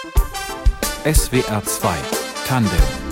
SWR 2 Tandem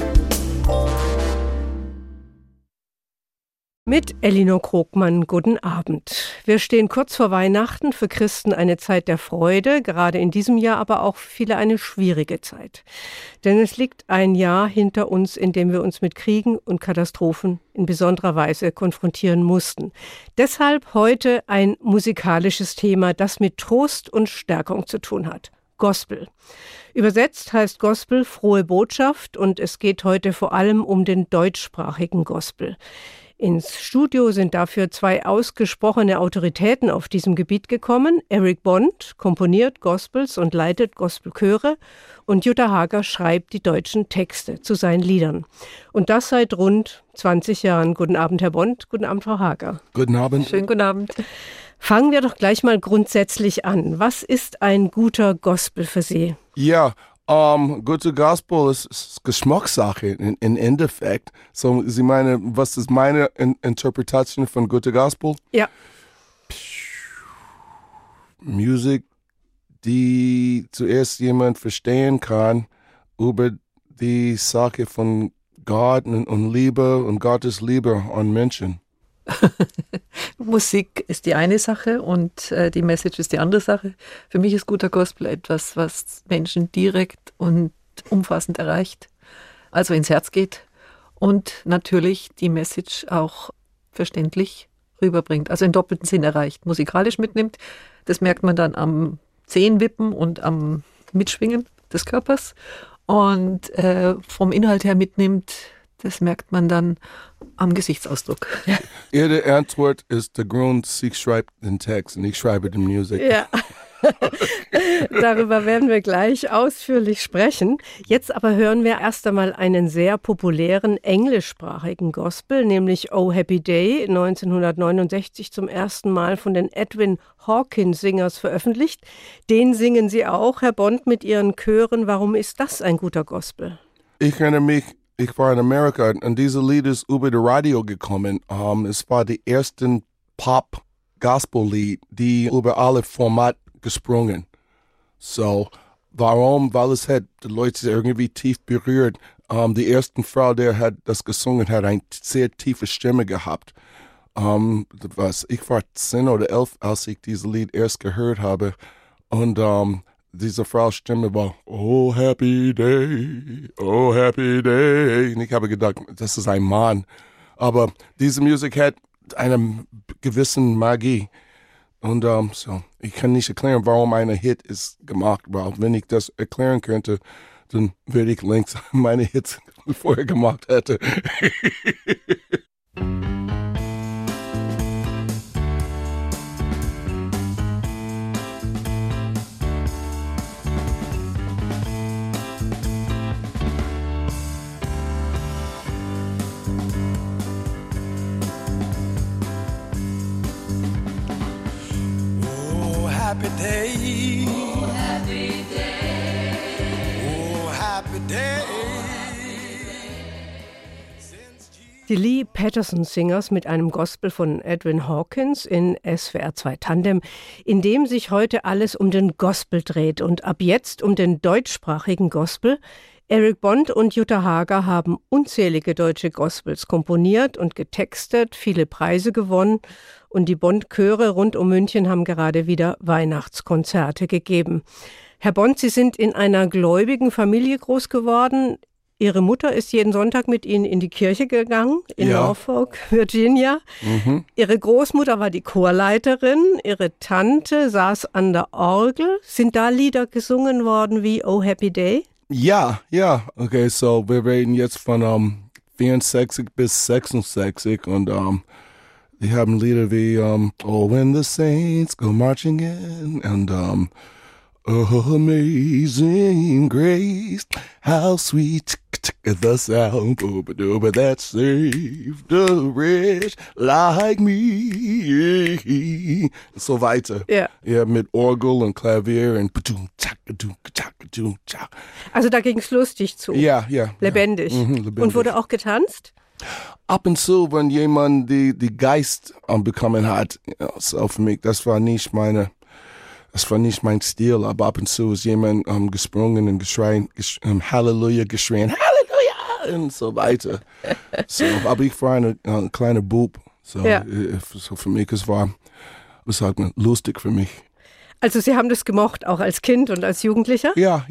mit Elinor Krogmann, guten Abend. Wir stehen kurz vor Weihnachten, für Christen eine Zeit der Freude, gerade in diesem Jahr aber auch für viele eine schwierige Zeit. Denn es liegt ein Jahr hinter uns, in dem wir uns mit Kriegen und Katastrophen in besonderer Weise konfrontieren mussten. Deshalb heute ein musikalisches Thema, das mit Trost und Stärkung zu tun hat. Gospel. Übersetzt heißt Gospel frohe Botschaft und es geht heute vor allem um den deutschsprachigen Gospel. Ins Studio sind dafür zwei ausgesprochene Autoritäten auf diesem Gebiet gekommen. Eric Bond komponiert Gospels und leitet Gospelchöre und Jutta Hager schreibt die deutschen Texte zu seinen Liedern. Und das seit rund 20 Jahren. Guten Abend, Herr Bond. Guten Abend, Frau Hager. Guten Abend. Schönen guten Abend. Fangen wir doch gleich mal grundsätzlich an. Was ist ein guter Gospel für Sie? Ja, guter Gospel ist Geschmackssache in Endeffekt. So, Sie meinen, was ist meine Interpretation von guter Gospel? Ja. Musik, die zuerst jemand verstehen kann über die Sache von Gott und Liebe und Gottes Liebe an Menschen. Musik ist die eine Sache und die Message ist die andere Sache. Für mich ist guter Gospel etwas, was Menschen direkt und umfassend erreicht, also ins Herz geht und natürlich die Message auch verständlich rüberbringt, also in doppelten Sinn erreicht, musikalisch mitnimmt. Das merkt man dann am Zehenwippen und am Mitschwingen des Körpers und vom Inhalt her mitnimmt. Das merkt man dann am Gesichtsausdruck. Ihre Antwort ist der Grund, sie schreibt den Text und ich schreibe die Musik. Ja, darüber werden wir gleich ausführlich sprechen. Jetzt aber hören wir erst einmal einen sehr populären englischsprachigen Gospel, nämlich Oh Happy Day, 1969 zum ersten Mal von den Edwin Hawkins Singers veröffentlicht. Den singen Sie auch, Herr Bond, mit Ihren Chören. Warum ist das ein guter Gospel? Ich erinnere mich, ich war in Amerika und diese Lied ist über das Radio gekommen. Es war die ersten Pop-Gospel-Lied, die über alle Formate gesprungen. So, warum? Weil es hat die Leute irgendwie tief berührt. Die erste Frau, die hat das gesungen hat, eine sehr tiefe Stimme gehabt. Ich war 10 oder 11, als ich dieses Lied erst gehört habe. Und diese Frau's Stimme war, oh happy day, oh happy day. Und ich habe gedacht, das ist ein Mann. Aber diese Musik hat eine gewisse Magie. Und so, ich kann nicht erklären, warum ein Hit ist gemacht. Weil wenn ich das erklären könnte, dann würde ich längst meine Hits vorher gemacht hätte. Happy day. Oh, happy day. Oh, happy day. Die Lee Patterson Singers mit einem Gospel von Edwin Hawkins in SWR 2 Tandem, in dem sich heute alles um den Gospel dreht und ab jetzt um den deutschsprachigen Gospel. Eric Bond und Jutta Hager haben unzählige deutsche Gospels komponiert und getextet, viele Preise gewonnen und die Bond-Chöre rund um München haben gerade wieder Weihnachtskonzerte gegeben. Herr Bond, Sie sind in einer gläubigen Familie groß geworden. Ihre Mutter ist jeden Sonntag mit Ihnen in die Kirche gegangen, in Norfolk, Virginia. Mhm. Ihre Großmutter war die Chorleiterin, Ihre Tante saß an der Orgel. Sind da Lieder gesungen worden wie Oh Happy Day? Ja. Okay, so wir reden jetzt von 64 bis 66 und die haben Lieder wie Oh When the Saints Go Marching In und Oh Amazing Grace, How Sweet the Sound that saved a wretch like me. Und so weiter. Ja. Ja, mit Orgel und Klavier und also da ging es lustig zu. Ja. Lebendig. Ja. Lebendig. Und wurde auch getanzt? Ab und zu, wenn jemand die Geist bekommen hat. So für mich, das war nicht meine das war nicht mein Stil, aber ab und zu ist jemand gesprungen und geschrien, Halleluja geschrien, Halleluja und so weiter. So, aber ich war ein kleiner Bub. So, so für mich, es war, was sagt man, lustig für mich. Also Sie haben das gemocht, auch als Kind und als Jugendlicher? Ja.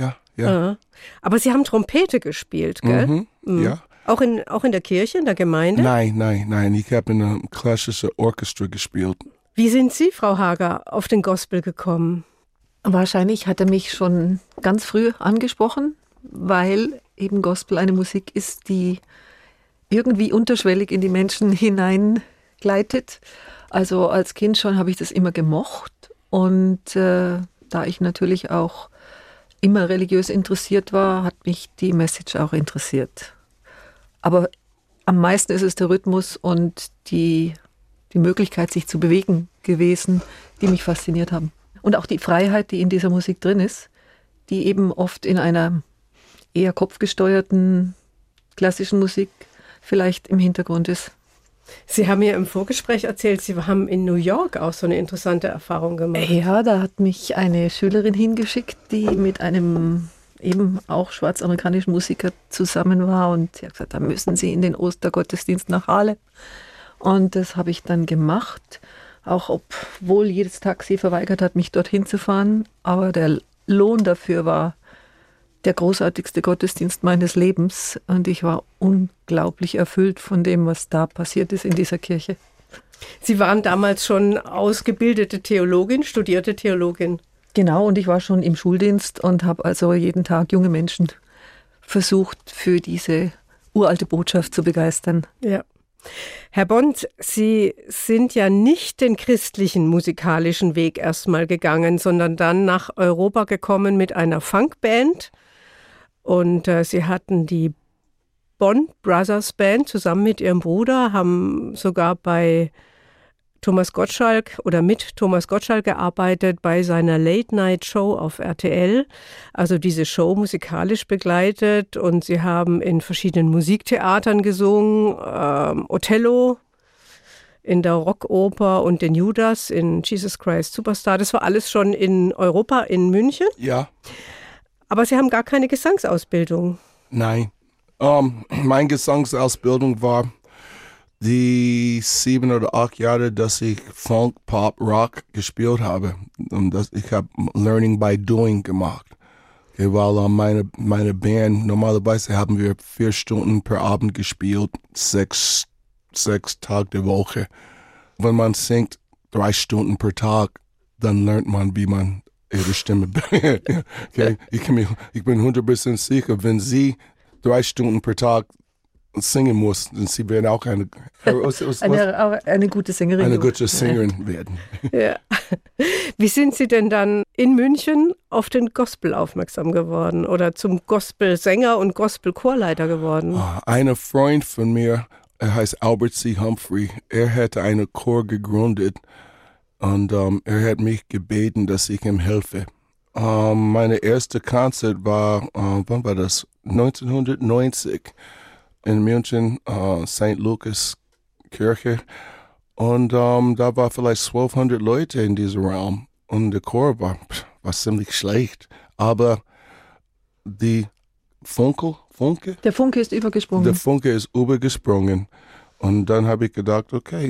Aber Sie haben Trompete gespielt, gell? Ja. Auch in der Kirche, in der Gemeinde? Nein. Ich habe in einem klassischen Orchester gespielt. Wie sind Sie, Frau Hager, auf den Gospel gekommen? Wahrscheinlich hat er mich schon ganz früh angesprochen, weil eben Gospel eine Musik ist, die irgendwie unterschwellig in die Menschen hineingleitet. Also als Kind schon habe ich das immer gemocht. Und da ich natürlich auch immer religiös interessiert war, hat mich die Message auch interessiert. Aber am meisten ist es der Rhythmus und die Möglichkeit, sich zu bewegen gewesen, die mich fasziniert haben. Und auch die Freiheit, die in dieser Musik drin ist, die eben oft in einer eher kopfgesteuerten klassischen Musik vielleicht im Hintergrund ist. Sie haben mir im Vorgespräch erzählt, Sie haben in New York auch so eine interessante Erfahrung gemacht. Ja, da hat mich eine Schülerin hingeschickt, die mit einem eben auch schwarzamerikanischen Musiker zusammen war. Und sie hat gesagt, da müssen Sie in den Ostergottesdienst nach Harlem. Und das habe ich dann gemacht, auch obwohl jedes Taxi verweigert hat, mich dorthin zu fahren. Aber der Lohn dafür war der großartigste Gottesdienst meines Lebens. Und ich war unglaublich erfüllt von dem, was da passiert ist in dieser Kirche. Sie waren damals schon ausgebildete Theologin, studierte Theologin. Genau, und ich war schon im Schuldienst und habe also jeden Tag junge Menschen versucht, für diese uralte Botschaft zu begeistern. Ja. Herr Bond, Sie sind ja nicht den christlichen musikalischen Weg erstmal gegangen, sondern dann nach Europa gekommen mit einer Funkband. Und Sie hatten die Bond Brothers Band zusammen mit Ihrem Bruder, haben sogar bei Thomas Gottschalk oder mit Thomas Gottschalk gearbeitet bei seiner Late-Night-Show auf RTL. Also diese Show musikalisch begleitet und Sie haben in verschiedenen Musiktheatern gesungen, Othello in der Rockoper und den Judas in Jesus Christ Superstar. Das war alles schon in Europa, in München. Ja. Aber Sie haben gar keine Gesangsausbildung. Nein. Meine Gesangsausbildung war die 7 oder 8 Jahre, dass ich Funk, Pop, Rock gespielt habe. Und ich habe Learning by Doing gemacht. Okay, weil meine Band, normalerweise haben wir 4 Stunden per Abend gespielt, 6 Tage der Woche. Wenn man singt 3 Stunden per Tag, dann lernt man, wie man ihre Stimme okay? Ich bin 100% sicher, wenn Sie 3 Stunden per Tag singen muss, dann sie werden auch eine gute Sängerin. Eine gute Sängerin werden. Ja. Wie sind Sie denn dann in München auf den Gospel aufmerksam geworden oder zum Gospelsänger und Gospelchorleiter geworden? Ein Freund von mir, er heißt Albert C. Humphrey, er hat einen Chor gegründet und er hat mich gebeten, dass ich ihm helfe. Meine erste Konzert war, wann war das? 1990. In München, St. Lukas Kirche. Und da war vielleicht 1200 Leute in diesem Raum. Und der Chor war ziemlich schlecht. Aber der Funke ist übergesprungen. Der Funke ist übergesprungen. Und dann habe ich gedacht, okay,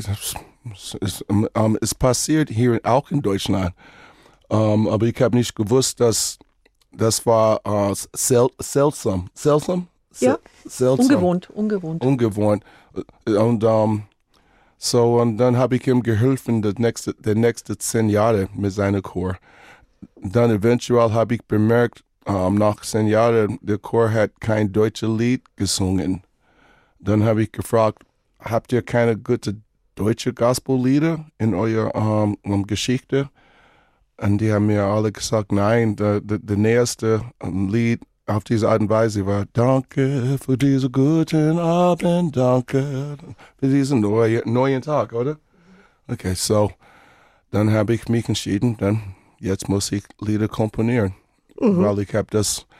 es passiert hier auch in Deutschland. Aber ich habe nicht gewusst, dass das war seltsam. Ja, seltsam. ungewohnt. Und und dann habe ich ihm geholfen, die nächsten 10 Jahre mit seinem Chor. Dann eventuell habe ich bemerkt, nach 10 Jahren, der Chor hat kein deutsches Lied gesungen. Dann habe ich gefragt, habt ihr keine guten deutsche Gospellieder in eurer Geschichte? Und die haben mir alle gesagt, nein, der nächste Lied auf diese Art und Weise war, danke für diesen guten Abend, danke für diesen neuen Tag, oder? Okay, so, dann habe ich mich entschieden, jetzt muss ich Lieder komponieren, weil ich habe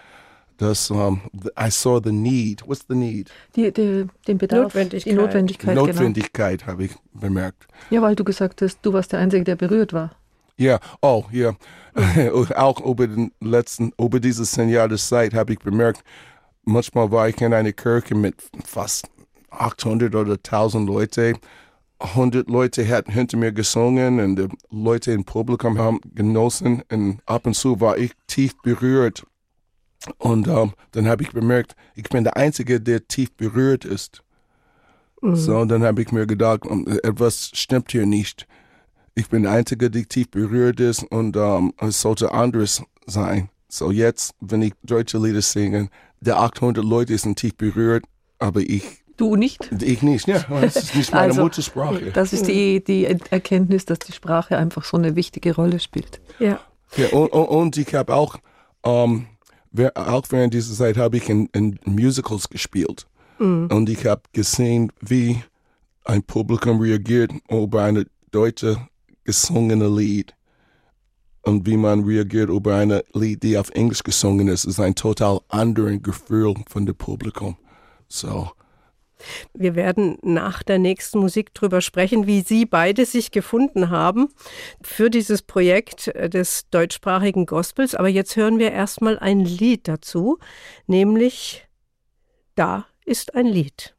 I saw the need. What's the need? Den Bedarf, Notwendigkeit. die Notwendigkeit. Notwendigkeit, genau. Habe ich bemerkt. Ja, weil du gesagt hast, du warst der Einzige, der berührt war. Ja, oh, ja. Auch über diese 10 Jahre Zeit habe ich bemerkt, manchmal war ich in einer Kirche mit fast 800 oder 1000 Leute. 100 Leute hatten hinter mir gesungen und die Leute im Publikum haben genossen. Und ab und zu war ich tief berührt. Und dann habe ich bemerkt, ich bin der Einzige, der tief berührt ist. So, dann habe ich mir gedacht, etwas stimmt hier nicht. Ich bin der Einzige, der tief berührt ist und es sollte anderes sein. So jetzt, wenn ich deutsche Lieder singe, die 800 Leute sind tief berührt, aber ich... Du nicht? Ich nicht, ja. Das ist nicht meine Muttersprache. Das ist die Erkenntnis, dass die Sprache einfach so eine wichtige Rolle spielt. Ja. Ja, und ich habe auch während dieser Zeit habe ich in Musicals gespielt. Und ich habe gesehen, wie ein Publikum reagiert über eine deutsche gesungene Lied. Und wie man reagiert über eine Lied, die auf Englisch gesungen ist ein total anderes Gefühl von dem Publikum. So. Wir werden nach der nächsten Musik drüber sprechen, wie Sie beide sich gefunden haben für dieses Projekt des deutschsprachigen Gospels. Aber jetzt hören wir erstmal ein Lied dazu, nämlich Da ist ein Lied.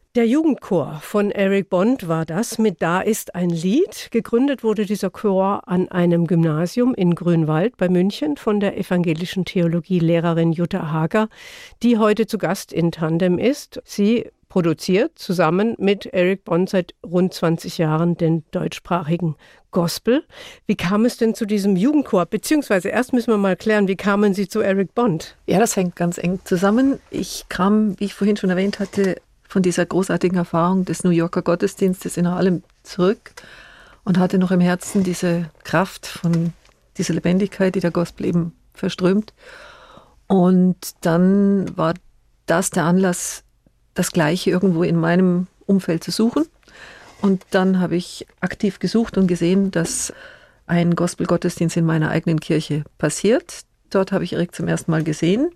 Der Jugendchor von Eric Bond war das mit Da ist ein Lied. Gegründet wurde dieser Chor an einem Gymnasium in Grünwald bei München von der evangelischen Theologielehrerin Jutta Hager, die heute zu Gast in Tandem ist. Sie produziert zusammen mit Eric Bond seit rund 20 Jahren den deutschsprachigen Gospel. Wie kam es denn zu diesem Jugendchor? Beziehungsweise erst müssen wir mal klären, wie kamen Sie zu Eric Bond? Ja, das hängt ganz eng zusammen. Ich kam, wie ich vorhin schon erwähnt hatte, von dieser großartigen Erfahrung des New Yorker Gottesdienstes in Harlem zurück und hatte noch im Herzen diese Kraft von dieser Lebendigkeit, die der Gospel eben verströmt. Und dann war das der Anlass, das Gleiche irgendwo in meinem Umfeld zu suchen. Und dann habe ich aktiv gesucht und gesehen, dass ein Gospel-Gottesdienst in meiner eigenen Kirche passiert. Dort habe ich Eric zum ersten Mal gesehen.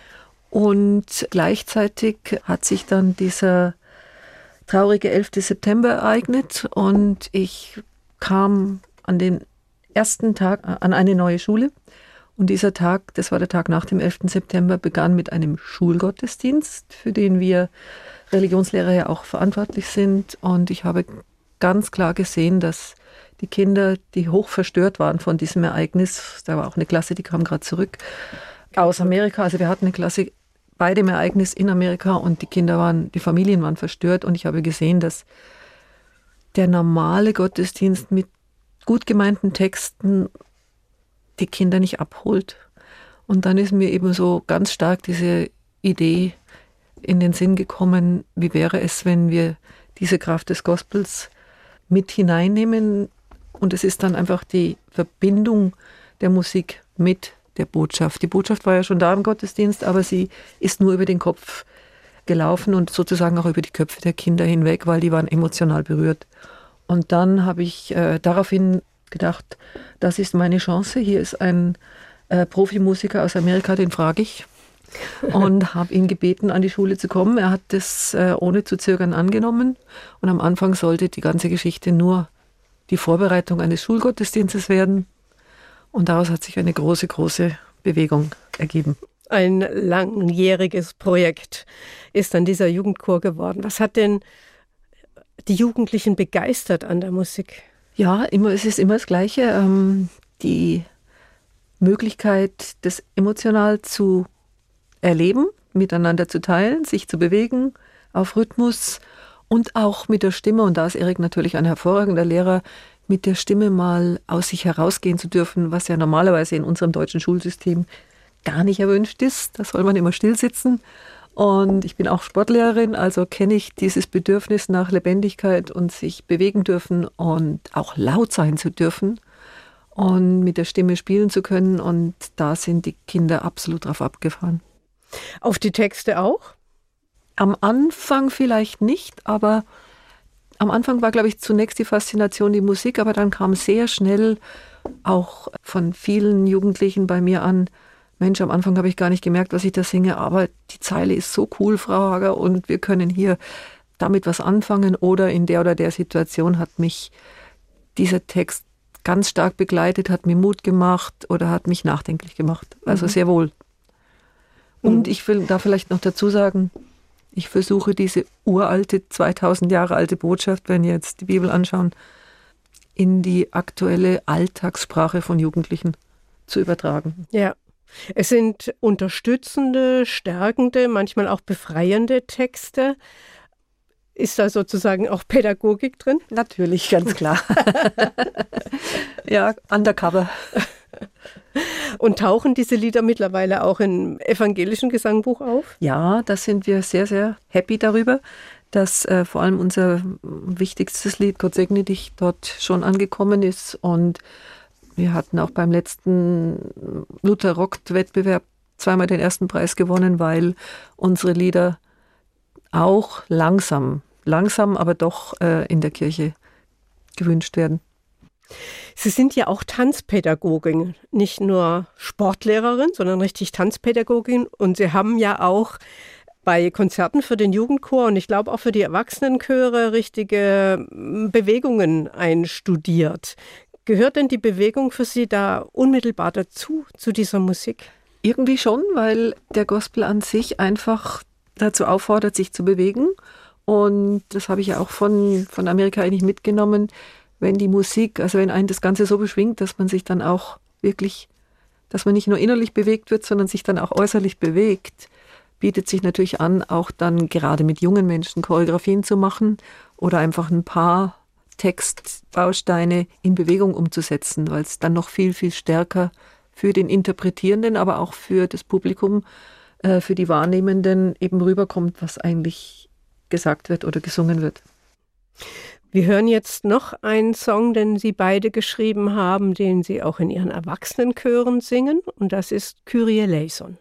Und gleichzeitig hat sich dann dieser traurige 11. September ereignet und ich kam an den ersten Tag an eine neue Schule. Und dieser Tag, das war der Tag nach dem 11. September, begann mit einem Schulgottesdienst, für den wir Religionslehrer ja auch verantwortlich sind. Und ich habe ganz klar gesehen, dass die Kinder, die hoch verstört waren von diesem Ereignis, da war auch eine Klasse, die kam gerade zurück aus Amerika, also wir hatten eine Klasse bei dem Ereignis in Amerika und die Familien waren verstört und ich habe gesehen, dass der normale Gottesdienst mit gut gemeinten Texten die Kinder nicht abholt. Und dann ist mir eben so ganz stark diese Idee in den Sinn gekommen, wie wäre es, wenn wir diese Kraft des Gospels mit hineinnehmen und es ist dann einfach die Verbindung der Musik mit der Botschaft. Die Botschaft war ja schon da im Gottesdienst, aber sie ist nur über den Kopf gelaufen und sozusagen auch über die Köpfe der Kinder hinweg, weil die waren emotional berührt. Und dann habe ich daraufhin gedacht, das ist meine Chance. Hier ist ein Profimusiker aus Amerika, den frage ich. Und habe ihn gebeten, an die Schule zu kommen. Er hat das ohne zu zögern angenommen. Und am Anfang sollte die ganze Geschichte nur die Vorbereitung eines Schulgottesdienstes werden. Und daraus hat sich eine große, große Bewegung ergeben. Ein langjähriges Projekt ist dann dieser Jugendchor geworden. Was hat denn die Jugendlichen begeistert an der Musik? Ja, es ist immer das Gleiche. Die Möglichkeit, das emotional zu erleben, miteinander zu teilen, sich zu bewegen, auf Rhythmus und auch mit der Stimme. Und da ist Eric natürlich ein hervorragender Lehrer, mit der Stimme mal aus sich herausgehen zu dürfen, was ja normalerweise in unserem deutschen Schulsystem gar nicht erwünscht ist. Da soll man immer still sitzen. Und ich bin auch Sportlehrerin, also kenne ich dieses Bedürfnis nach Lebendigkeit und sich bewegen dürfen und auch laut sein zu dürfen und mit der Stimme spielen zu können. Und da sind die Kinder absolut drauf abgefahren. Auf die Texte auch? Am Anfang vielleicht nicht, aber am Anfang war, glaube ich, zunächst die Faszination die Musik, aber dann kam sehr schnell auch von vielen Jugendlichen bei mir an, Mensch, am Anfang habe ich gar nicht gemerkt, was ich da singe, aber die Zeile ist so cool, Frau Hager, und wir können hier damit was anfangen oder in der oder der Situation hat mich dieser Text ganz stark begleitet, hat mir Mut gemacht oder hat mich nachdenklich gemacht. Also sehr wohl. Und ich will da vielleicht noch dazu sagen, ich versuche diese uralte, 2000 Jahre alte Botschaft, wenn wir jetzt die Bibel anschauen, in die aktuelle Alltagssprache von Jugendlichen zu übertragen. Ja. Es sind unterstützende, stärkende, manchmal auch befreiende Texte. Ist da sozusagen auch Pädagogik drin? Natürlich, ganz klar. Ja, undercover. Und tauchen diese Lieder mittlerweile auch im evangelischen Gesangbuch auf? Ja, da sind wir sehr, sehr happy darüber, dass vor allem unser wichtigstes Lied, Gott segne dich, dort schon angekommen ist. Und wir hatten auch beim letzten Luther Rockt-Wettbewerb zweimal den ersten Preis gewonnen, weil unsere Lieder auch langsam, aber doch in der Kirche gewünscht werden. Sie sind ja auch Tanzpädagogin, nicht nur Sportlehrerin, sondern richtig Tanzpädagogin. Und Sie haben ja auch bei Konzerten für den Jugendchor und ich glaube auch für die Erwachsenenchöre richtige Bewegungen einstudiert. Gehört denn die Bewegung für Sie da unmittelbar dazu, zu dieser Musik? Irgendwie schon, weil der Gospel an sich einfach dazu auffordert, sich zu bewegen Und das habe ich ja auch von Amerika eigentlich mitgenommen, wenn die Musik, also wenn einen das Ganze so beschwingt, dass man sich dann auch wirklich, dass man nicht nur innerlich bewegt wird, sondern sich dann auch äußerlich bewegt, bietet sich natürlich an, auch dann gerade mit jungen Menschen Choreografien zu machen oder einfach ein paar Textbausteine in Bewegung umzusetzen, weil es dann noch viel, viel stärker für den Interpretierenden, aber auch für das Publikum, für die Wahrnehmenden eben rüberkommt, was eigentlich gesagt wird oder gesungen wird. Wir hören jetzt noch einen Song, den Sie beide geschrieben haben, den Sie auch in Ihren Erwachsenenchören singen, und das ist Kyrie eleison.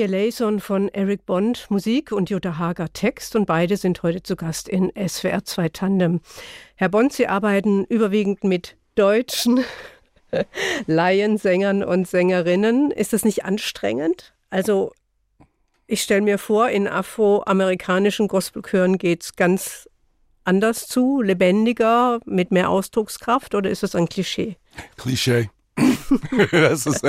Marie Eleison von Eric Bond Musik und Jutta Hager Text und beide sind heute zu Gast in SWR 2 Tandem. Herr Bond, Sie arbeiten überwiegend mit deutschen Laiensängern und Sängerinnen. Ist das nicht anstrengend? Also ich stelle mir vor, in afroamerikanischen Gospelchören geht es ganz anders zu, lebendiger, mit mehr Ausdruckskraft, oder ist das ein Klischee? Klischee. Das ist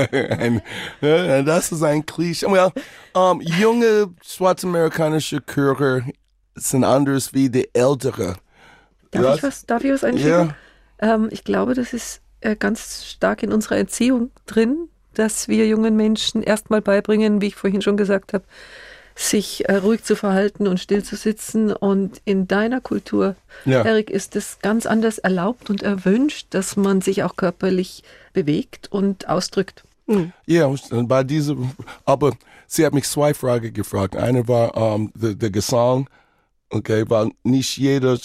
ein Klischee. Well, junge schwarzamerikanische Chöre sind anders wie die ältere. Darf ich was einschieben? Yeah. Ich glaube, das ist ganz stark in unserer Erziehung drin, dass wir jungen Menschen erstmal beibringen, wie ich vorhin schon gesagt habe, sich ruhig zu verhalten und still zu sitzen. Und in deiner Kultur, Eric, ist es ganz anders erlaubt und erwünscht, dass man sich auch körperlich bewegt und ausdrückt. Ja, bei diesem, aber sie hat mich 2 Fragen gefragt. Eine war der Gesang, okay, weil nicht jeder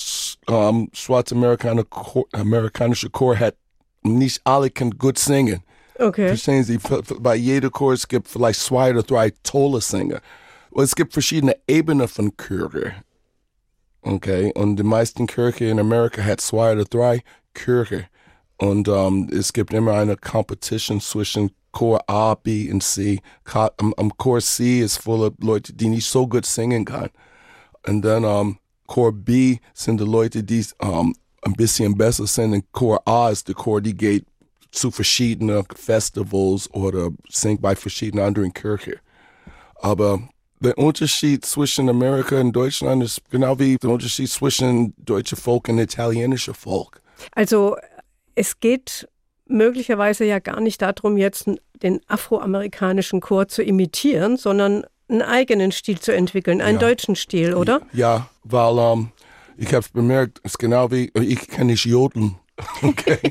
schwarzamerikanische Chor hat, nicht alle können gut singen. Okay. Verstehen Sie, bei jedem Chor es gibt vielleicht 2 oder 3 tolle Sänger. Es gibt verschiedene Ebenen von Chöre. Okay, und die meisten Chöre in Amerika hat 2 oder 3 Chöre. Und es gibt immer eine Competition zwischen Chor A, B und C. Chor C ist voller Leute, die nicht so gut singen können. Und dann Chor B sind die Leute, die ein bisschen besser sind. Und Chor A ist der Chor, die geht zu verschiedenen Festivals oder singt bei verschiedenen anderen Kirchen. Aber der Unterschied zwischen Amerika und Deutschland ist genau wie der Unterschied zwischen deutschem Volk und italienischem Volk. Also es geht möglicherweise ja gar nicht darum, jetzt den afroamerikanischen Chor zu imitieren, sondern einen eigenen Stil zu entwickeln, einen deutschen Stil, oder? Ja, weil ich habe es bemerkt, es ist genau wie, ich kann nicht jodeln. Okay,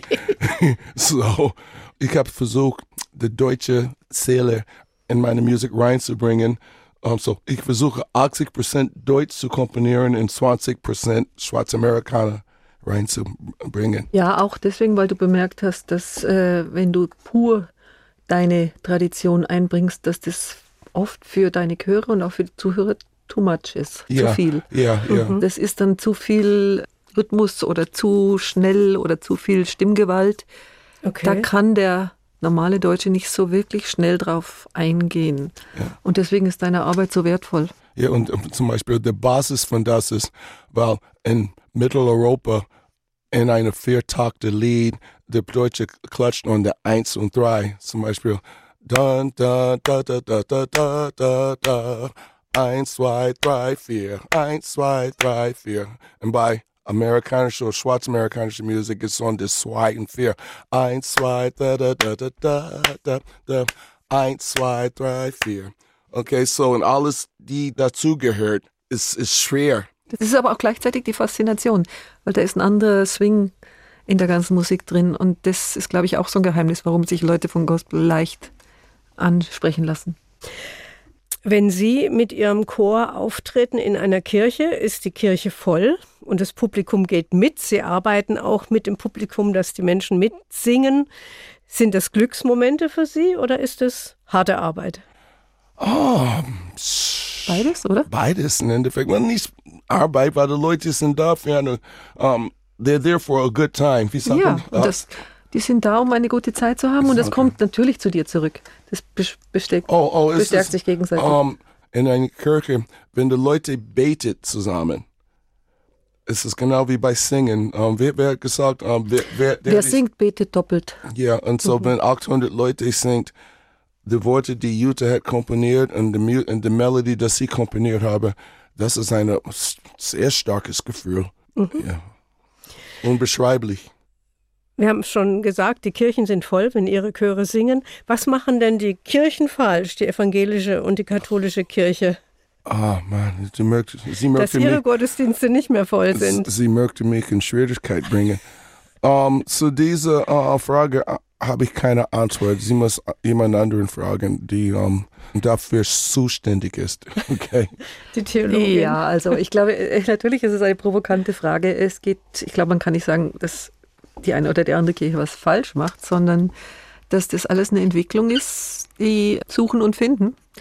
so ich habe versucht, die deutsche Seele in meine Musik reinzubringen. So ich versuche 80% Deutsch zu komponieren und 20% Schwarzamerikaner reinzubringen. Ja, auch deswegen, weil du bemerkt hast, dass wenn du pur deine Tradition einbringst, dass das oft für deine Chöre und auch für die Zuhörer too much ist, zu viel. Ja. Das ist dann zu viel Rhythmus oder zu schnell oder zu viel Stimmgewalt. Okay. Da kann der normale Deutsche nicht so wirklich schnell drauf eingehen. Ja. Und deswegen ist deine Arbeit so wertvoll. Ja, und zum Beispiel die Basis von das ist, weil in Mitteleuropa in einer 4-Takte-Lied, der Deutsche klatscht an der 1 und 3. Zum Beispiel da, da, da, da, da, da, da, da, da. 1, 2, 3, 4. 1, 2, 3, 4. Und bei amerikanische oder schwarzamerikanische Musik ist on der 2 und 4. 1, 2, da, da, da, da, da, da, da. 1, 2, 3, 4. Okay, so und alles, die dazugehört, ist schwer. Das ist aber auch gleichzeitig die Faszination, weil da ist ein anderer Swing in der ganzen Musik drin und das ist, glaube ich, auch so ein Geheimnis, warum sich Leute von Gospel leicht ansprechen lassen. Wenn Sie mit Ihrem Chor auftreten in einer Kirche, ist die Kirche voll und das Publikum geht mit. Sie arbeiten auch mit dem Publikum, dass die Menschen mitsingen. Sind das Glücksmomente für Sie oder ist das harte Arbeit? Beides, oder? Beides im Endeffekt. Well, nicht Arbeit, weil die Leute sind da für eine, they're there for a good time. Wie sagt man? Die sind da, um eine gute Zeit zu haben und das kommt natürlich zu dir zurück. Das bestärkt sich gegenseitig. In einer Kirche, wenn die Leute beten zusammen, ist es genau wie bei Singen. Wer hat gesagt, wer singt, betet doppelt. Ja, und so wenn 800 Leute singt, die Worte, die Jutta hat komponiert und die Melodie, die sie komponiert habe, das ist ein sehr starkes Gefühl. Ja. Unbeschreiblich. Wir haben schon gesagt, die Kirchen sind voll, wenn ihre Chöre singen. Was machen denn die Kirchen falsch, die evangelische und die katholische Kirche? Man, sie möchte dass ihre Gottesdienste nicht mehr voll sind. Sie möchte mich in Schwierigkeit bringen. Zu dieser Frage habe ich keine Antwort. Sie muss jemand anderen fragen, die dafür zuständig ist. Okay. Die Theologin. Ja, also ich glaube, natürlich ist es eine provokante Frage. Ich glaube, man kann nicht sagen, dass die eine oder die andere Kirche was falsch macht, sondern dass das alles eine Entwicklung ist, die suchen und finden.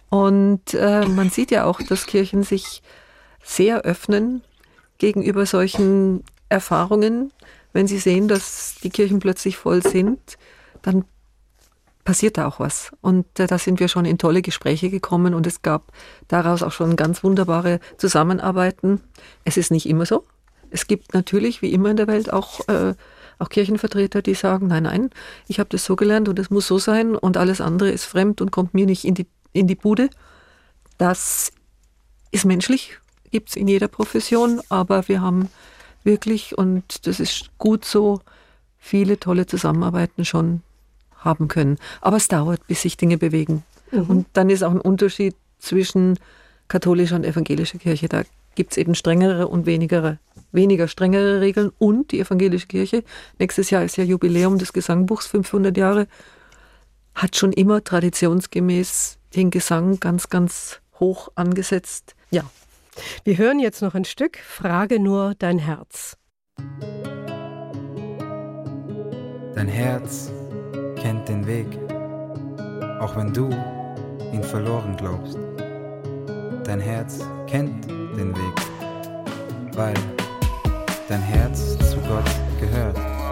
Und man sieht ja auch, dass Kirchen sich sehr öffnen gegenüber solchen Erfahrungen. Wenn sie sehen, dass die Kirchen plötzlich voll sind, dann passiert da auch was. Und da sind wir schon in tolle Gespräche gekommen und es gab daraus auch schon ganz wunderbare Zusammenarbeiten. Es ist nicht immer so. Es gibt natürlich, wie immer in der Welt, auch Kirchenvertreter, die sagen, nein, ich habe das so gelernt und es muss so sein und alles andere ist fremd und kommt mir nicht in die Bude. Das ist menschlich, gibt es in jeder Profession, aber wir haben wirklich, und das ist gut so, viele tolle Zusammenarbeiten schon haben können. Aber es dauert, bis sich Dinge bewegen. Und dann ist auch ein Unterschied zwischen katholischer und evangelischer Kirche. Da gibt es eben strengere und weniger strengere Regeln. Und die evangelische Kirche, nächstes Jahr ist ja Jubiläum des Gesangbuchs, 500 Jahre, hat schon immer traditionsgemäß den Gesang ganz, ganz hoch angesetzt. Ja. Wir hören jetzt noch ein Stück, Frage nur dein Herz. Dein Herz kennt den Weg, auch wenn du ihn verloren glaubst. Dein Herz kennt den Weg, weil dein Herz zu Gott gehört.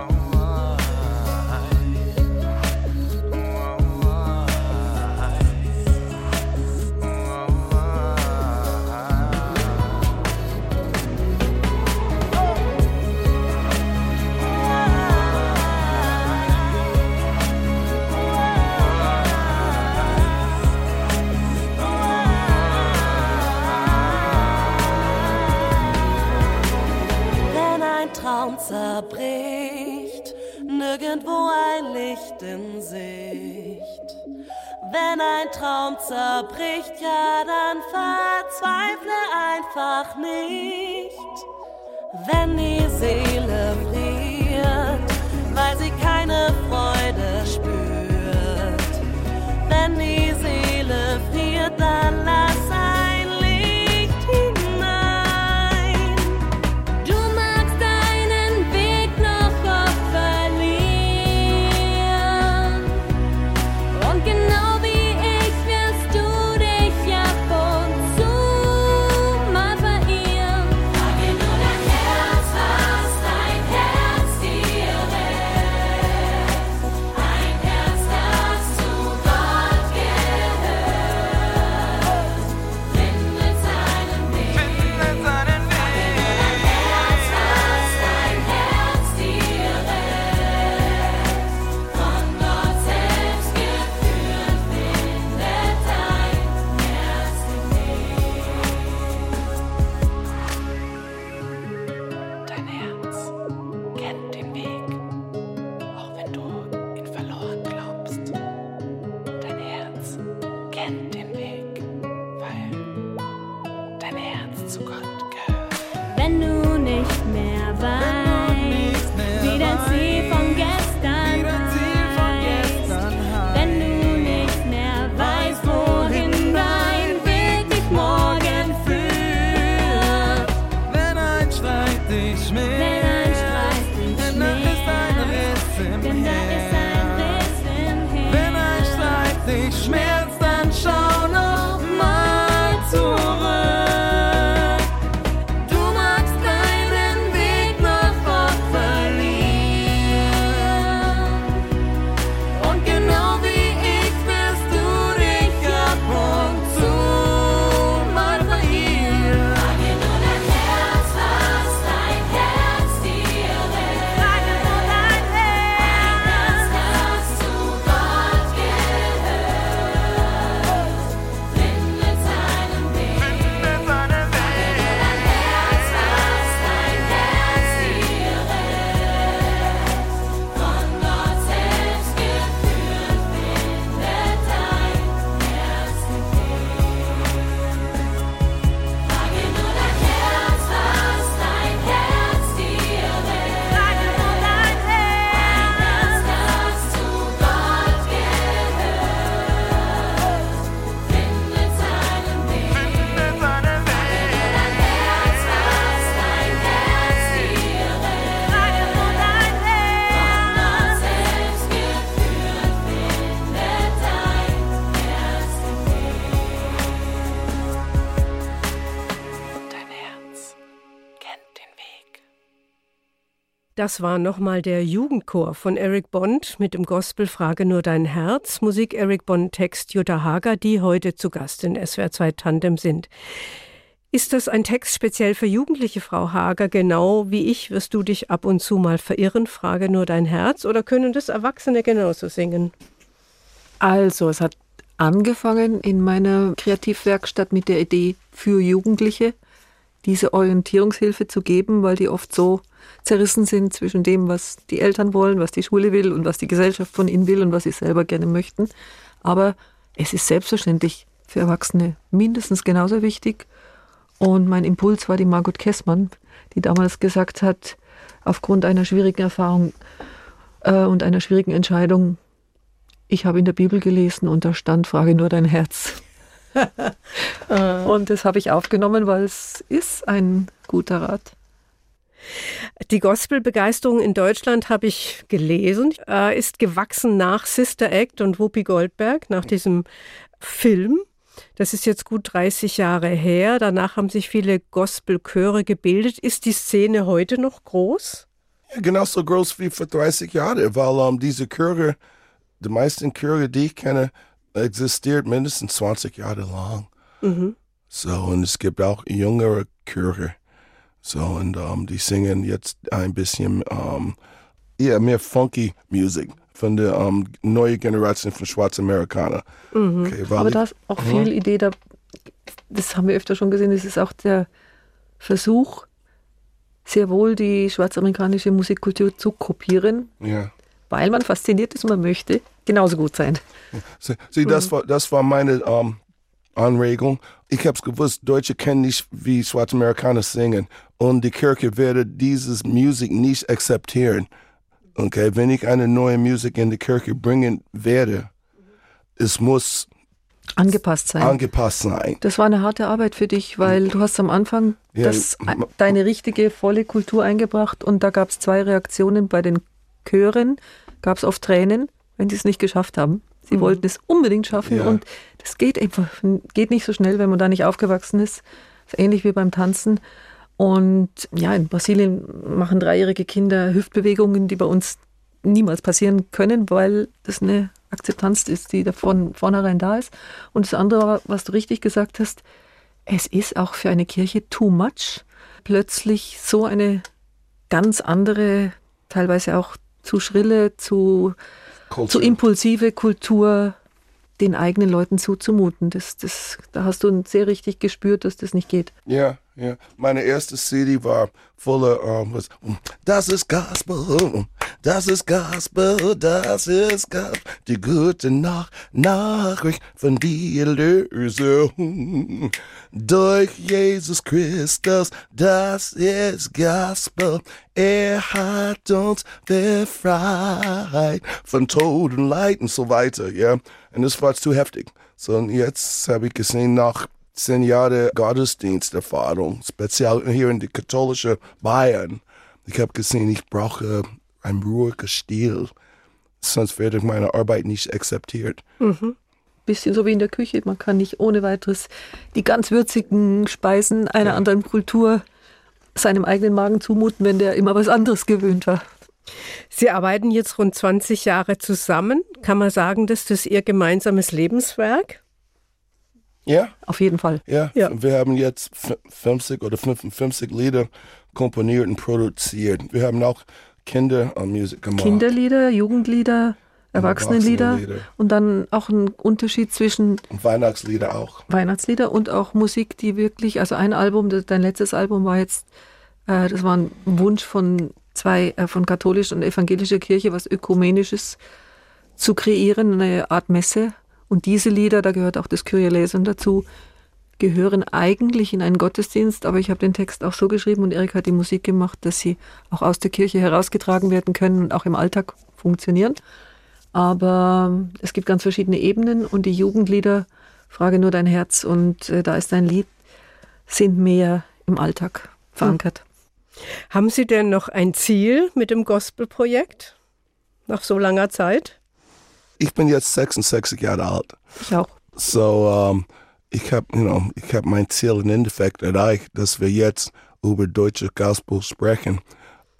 Zerbricht, nirgendwo ein Licht in Sicht. Wenn ein Traum zerbricht, ja, dann verzweifle einfach nicht. Wenn die Seele friert, weil sie keine Freude spürt. Wenn die Seele friert, dann lass ein Licht hinein. Du magst deinen Weg noch oft verlieren. Und genau wie ich wirst du dich ab und zu mal verirren. Frage nur dein Herz, was Das war nochmal der Jugendchor von Eric Bond mit dem Gospel Frage nur dein Herz. Musik Eric Bond, Text Jutta Hager, die heute zu Gast in SWR 2 Tandem sind. Ist das ein Text speziell für Jugendliche, Frau Hager? Genau wie ich wirst du dich ab und zu mal verirren, frage nur dein Herz. Oder können das Erwachsene genauso singen? Also, es hat angefangen in meiner Kreativwerkstatt mit der Idee für Jugendliche, diese Orientierungshilfe zu geben, weil die oft so zerrissen sind zwischen dem, was die Eltern wollen, was die Schule will und was die Gesellschaft von ihnen will und was sie selber gerne möchten. Aber es ist selbstverständlich für Erwachsene mindestens genauso wichtig. Und mein Impuls war die Margot Kessmann, die damals gesagt hat, aufgrund einer schwierigen Erfahrung und einer schwierigen Entscheidung, ich habe in der Bibel gelesen und da stand, frage nur dein Herz. Und das habe ich aufgenommen, weil es ist ein guter Rat. Die Gospelbegeisterung in Deutschland, habe ich gelesen, ist gewachsen nach Sister Act und Whoopi Goldberg, nach diesem Film. Das ist jetzt gut 30 Jahre her. Danach haben sich viele Gospelchöre gebildet. Ist die Szene heute noch groß? Ja, genauso groß wie vor 30 Jahren, weil diese Chöre, die meisten Chöre, die ich kenne, existiert mindestens 20 Jahre lang. Mhm. So, und es gibt auch jüngere Chöre. So, und die singen jetzt ein bisschen mehr funky Musik von der neuen Generation von schwarzen Amerikanern. Mhm. Okay, aber da ist auch viel Idee, das haben wir öfter schon gesehen, das ist auch der Versuch, sehr wohl die schwarzamerikanische Musikkultur zu kopieren, weil man fasziniert ist und man möchte genauso gut sein. Sieh, das war meine Anregung. Ich habe es gewusst, Deutsche kennen nicht, wie schwarze Amerikaner singen. Und die Kirche werde diese Musik nicht akzeptieren. Okay, wenn ich eine neue Musik in die Kirche bringen werde, es muss angepasst sein. Das war eine harte Arbeit für dich, weil du hast am Anfang deine richtige, volle Kultur eingebracht und da gab es 2 Reaktionen bei den Chören. Gab es oft Tränen, wenn sie es nicht geschafft haben. Sie wollten es unbedingt schaffen und das geht nicht so schnell, wenn man da nicht aufgewachsen ist. Das ist ähnlich wie beim Tanzen. Und ja, in Brasilien machen 3-jährige Kinder Hüftbewegungen, die bei uns niemals passieren können, weil das eine Akzeptanz ist, die da von vornherein da ist. Und das andere, was du richtig gesagt hast, es ist auch für eine Kirche too much. Plötzlich so eine ganz andere, teilweise auch zu schrille, zu impulsive Kultur den eigenen Leuten zuzumuten. Da hast du sehr richtig gespürt, dass das nicht geht. Ja. Meine erste CD war voller, das ist Gospel, das ist Gospel, das ist Gospel, die gute Nachricht von der Erlösung durch Jesus Christus, das ist Gospel, hat uns befreit von Tod und Leid und so weiter, ja. Und das war zu heftig. So, und jetzt habe ich gesehen, nach 10 Jahre Gottesdiensterfahrung, speziell hier in der katholischen Bayern. Ich habe gesehen, ich brauche einen ruhigen Stil, sonst werde meine Arbeit nicht akzeptiert. Mhm. Bisschen so wie in der Küche, man kann nicht ohne weiteres die ganz würzigen Speisen einer anderen Kultur seinem eigenen Magen zumuten, wenn der immer was anderes gewöhnt war. Sie arbeiten jetzt rund 20 Jahre zusammen. Kann man sagen, dass das Ihr gemeinsames Lebenswerk? Ja. Auf jeden Fall. Ja. Wir haben jetzt 50 oder 55 Lieder komponiert und produziert. Wir haben auch Kindermusik gemacht. Kinderlieder, Jugendlieder, Erwachsenenlieder und dann auch ein Unterschied zwischen Weihnachtslieder auch. Weihnachtslieder und auch Musik, die wirklich, also ein Album, dein letztes Album war jetzt, das war ein Wunsch von von katholischer und evangelischer Kirche, was Ökumenisches zu kreieren, eine Art Messe. Und diese Lieder, da gehört auch das Kyrie eleison dazu, gehören eigentlich in einen Gottesdienst, aber ich habe den Text auch so geschrieben und Erik hat die Musik gemacht, dass sie auch aus der Kirche herausgetragen werden können und auch im Alltag funktionieren. Aber es gibt ganz verschiedene Ebenen und die Jugendlieder, frage nur dein Herz und da ist dein Lied, sind mehr im Alltag verankert. Haben Sie denn noch ein Ziel mit dem Gospelprojekt nach so langer Zeit? Ich bin jetzt 66 Jahre alt. Ich auch. So, ich habe mein Ziel im Endeffekt erreicht, dass wir jetzt über deutsche Gospel sprechen,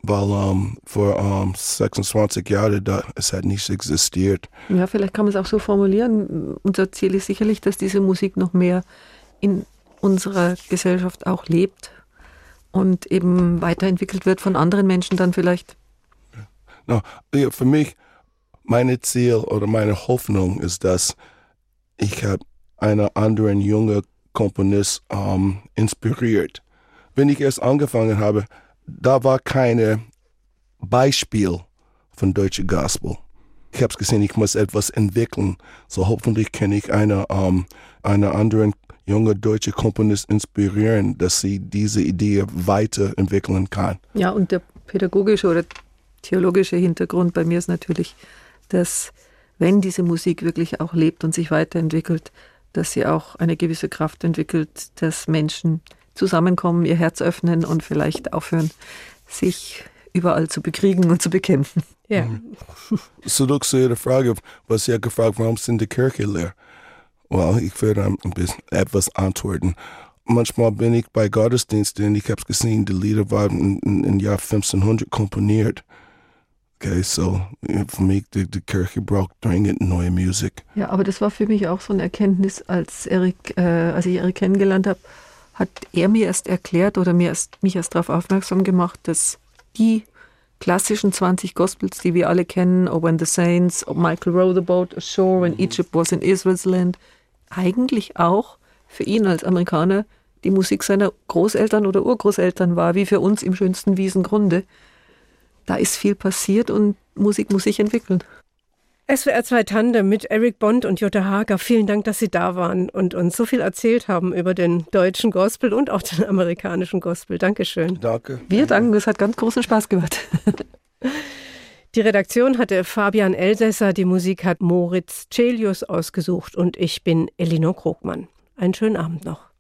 weil vor 26 Jahren es hat nicht existiert. Ja, vielleicht kann man es auch so formulieren. Unser Ziel ist sicherlich, dass diese Musik noch mehr in unserer Gesellschaft auch lebt und eben weiterentwickelt wird von anderen Menschen dann vielleicht. No, ja, für mich, meine Ziel oder meine Hoffnung ist, dass ich habe einen anderen jungen Komponist inspiriert. Wenn ich erst angefangen habe, da war kein Beispiel von deutscher Gospel. Ich habe es gesehen, ich muss etwas entwickeln. So hoffentlich kann ich einen anderen junge deutsche Komponist inspirieren, dass sie diese Idee weiterentwickeln kann. Ja, und der pädagogische oder theologische Hintergrund bei mir ist natürlich, dass wenn diese Musik wirklich auch lebt und sich weiterentwickelt, dass sie auch eine gewisse Kraft entwickelt, dass Menschen zusammenkommen, ihr Herz öffnen und vielleicht aufhören, sich überall zu bekriegen und zu bekämpfen. Ja. Zurück zu Ihrer Frage, was Sie ja gefragt, warum sind die Kirche leer? Well, ich werde ein bisschen etwas antworten. Manchmal bin ich bei Gottesdiensten und ich habe es gesehen, die Lieder waren im Jahr 1500 komponiert. Okay, so für mich, die Kirche braucht dringend neue Musik. Ja, aber das war für mich auch so eine Erkenntnis, als ich Erik kennengelernt habe, hat er mir erst erklärt oder mich erst darauf aufmerksam gemacht, dass die klassischen 20 Gospels, die wir alle kennen, Oh When the Saints, Michael Row the Boat Ashore, When Egypt Was in Israel's Land, eigentlich auch für ihn als Amerikaner die Musik seiner Großeltern oder Urgroßeltern war, wie für uns im schönsten Wiesengrunde. Da ist viel passiert und Musik muss sich entwickeln. SWR 2 Tandem mit Erik Bond und Jutta Hager. Vielen Dank, dass Sie da waren und uns so viel erzählt haben über den deutschen Gospel und auch den amerikanischen Gospel. Dankeschön. Danke. Wir danken, es hat ganz großen Spaß gemacht. Die Redaktion hatte Fabian Elsässer, die Musik hat Moritz Celius ausgesucht und ich bin Elinor Krogmann. Einen schönen Abend noch.